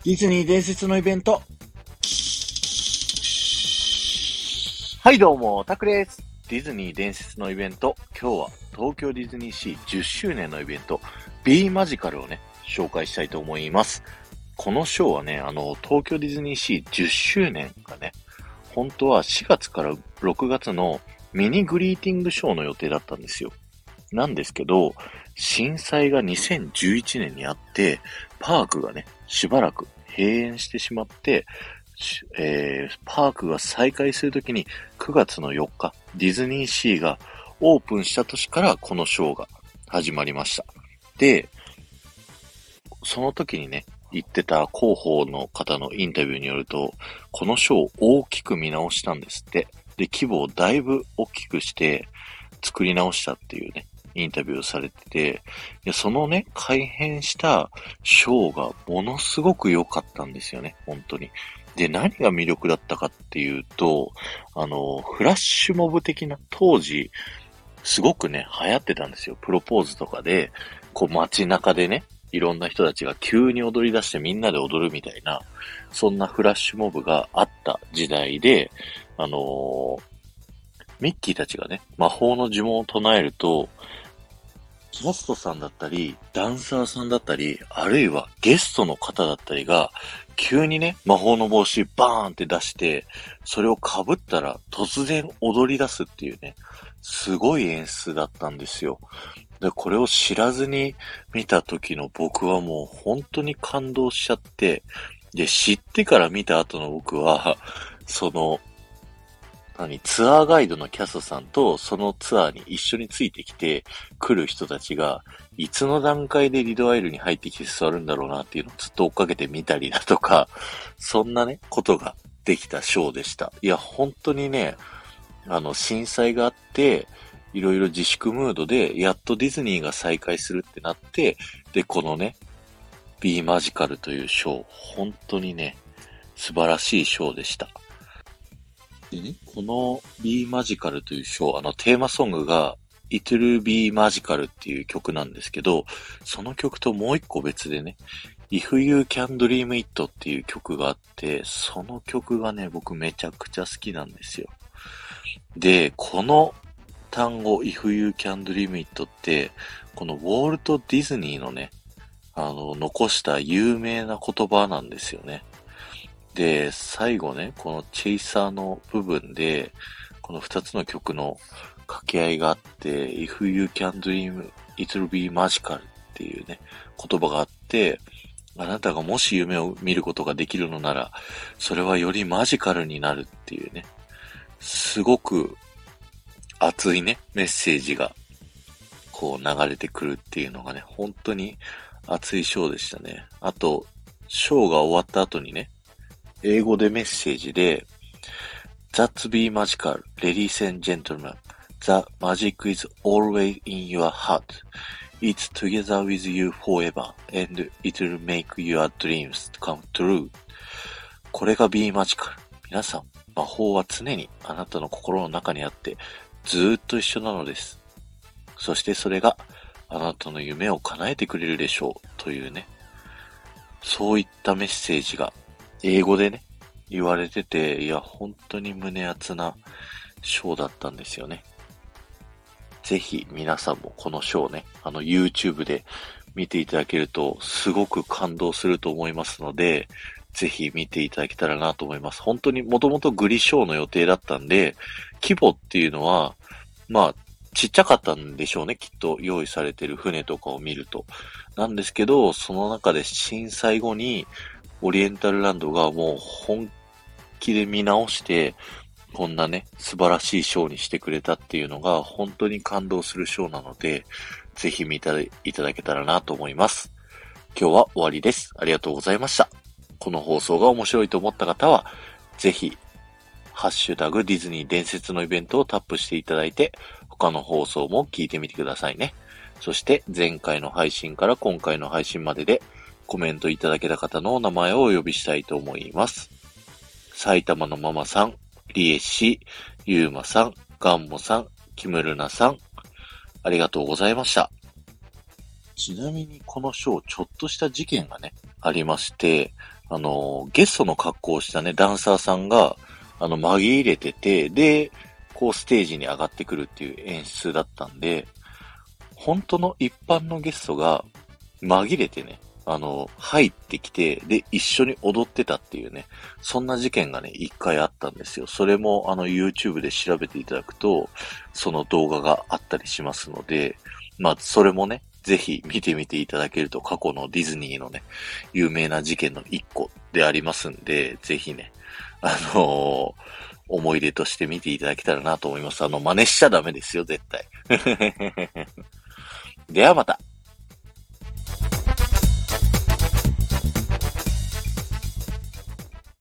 ディズニー伝説のイベント。 はいどうも、タクです。ディズニー伝説のイベント、今日は東京ディズニーシー10周年のイベント、B マジカルをね、紹介したいと思います。このショーはね、東京ディズニーシー10周年がね、本当は4月から6月のミニグリーティングショーの予定だったんですよ。なんですけど、震災が2011年にあって、パークがね、しばらく閉園してしまって、パークが再開するときに9月の4日、ディズニーシーがオープンした年からこのショーが始まりました。で、その時にね、言ってた広報の方のインタビューによると、このショーを大きく見直したんですって。で、規模をだいぶ大きくして作り直したっていうね、インタビューをされてて、そのね、改編したショーがものすごく良かったんですよね、本当に。で、何が魅力だったかっていうと、フラッシュモブ的な当時、すごくね、流行ってたんですよ。プロポーズとかで、こう街中でね、いろんな人たちが急に踊り出してみんなで踊るみたいな、そんなフラッシュモブがあった時代で、ミッキーたちがね、魔法の呪文を唱えると、キャストさんだったり、ダンサーさんだったり、あるいはゲストの方だったりが、急にね、魔法の帽子バーンって出して、それを被ったら突然踊り出すっていうね、すごい演出だったんですよ。で、これを知らずに見た時の僕はもう本当に感動しちゃって、で、知ってから見た後の僕は、その、ツアーガイドのキャストさんとそのツアーに一緒についてきて来る人たちが、いつの段階でリドアイルに入ってきて座るんだろうなっていうのをずっと追っかけてみたりだとか、そんなね、ことができたショーでした。いや、本当にね、震災があって、いろいろ自粛ムードで、やっとディズニーが再開するってなって、で、このね、B マジカルというショー、本当にね、素晴らしいショーでした。でね、この B マジカルというショー、テーマソングが It Will Be Magical っていう曲なんですけど、その曲ともう一個別でね、If You Can Dream It っていう曲があって、その曲がね、僕めちゃくちゃ好きなんですよ。で、この単語 If You Can Dream It って、このウォルト・ディズニーのね、残した有名な言葉なんですよね。で、最後ね、このチェイサーの部分で、この二つの曲の掛け合いがあって、If you can dream, it will be magical っていうね、言葉があって、あなたがもし夢を見ることができるのなら、それはよりマジカルになるっていうね、すごく熱いね、メッセージがこう流れてくるっていうのがね、本当に熱いショーでしたね。あと、ショーが終わった後にね、英語でメッセージで、That's be magical, ladies and gentlemen. The magic is always in your heart. It's together with you forever, and it will make your dreams come true. これが be magical. 皆さん、魔法は常にあなたの心の中にあって、ずーっと一緒なのです。そしてそれがあなたの夢を叶えてくれるでしょう。というね、そういったメッセージが英語でね、言われてて、いや、本当に胸熱なショーだったんですよね。ぜひ皆さんもこのショーね、YouTube で見ていただけると、すごく感動すると思いますので、ぜひ見ていただけたらなと思います。本当にもともとグリショーの予定だったんで、規模っていうのは、まあ、ちっちゃかったんでしょうね、きっと用意されてる船とかを見ると。なんですけど、その中で震災後に、オリエンタルランドがもう本気で見直して、こんなね、素晴らしいショーにしてくれたっていうのが本当に感動するショーなので、ぜひ見ていただけたらなと思います。今日は終わりです。ありがとうございました。この放送が面白いと思った方は、ぜひ、ハッシュタグディズニー伝説のイベントをタップしていただいて、他の放送も聞いてみてくださいね。そして前回の配信から今回の配信まででコメントいただけた方のお名前をお呼びしたいと思います。埼玉のママさん、リエシ、ユーマさん、ガンモさん、キムルナさん、ありがとうございました。ちなみにこのショー、ちょっとした事件がね、ありまして、 ゲストの格好をしたね、ダンサーさんが、紛れてて、で、こうステージに上がってくるっていう演出だったんで、本当の一般のゲストが紛れてね、入ってきて、で、一緒に踊ってたっていうね、そんな事件がね、一回あったんですよ。それも、YouTube で調べていただくと、その動画があったりしますので、まあ、それもね、ぜひ見てみていただけると、過去のディズニーのね、有名な事件の一個でありますんで、ぜひね、思い出として見ていただけたらなと思います。真似しちゃダメですよ、絶対。ではまた。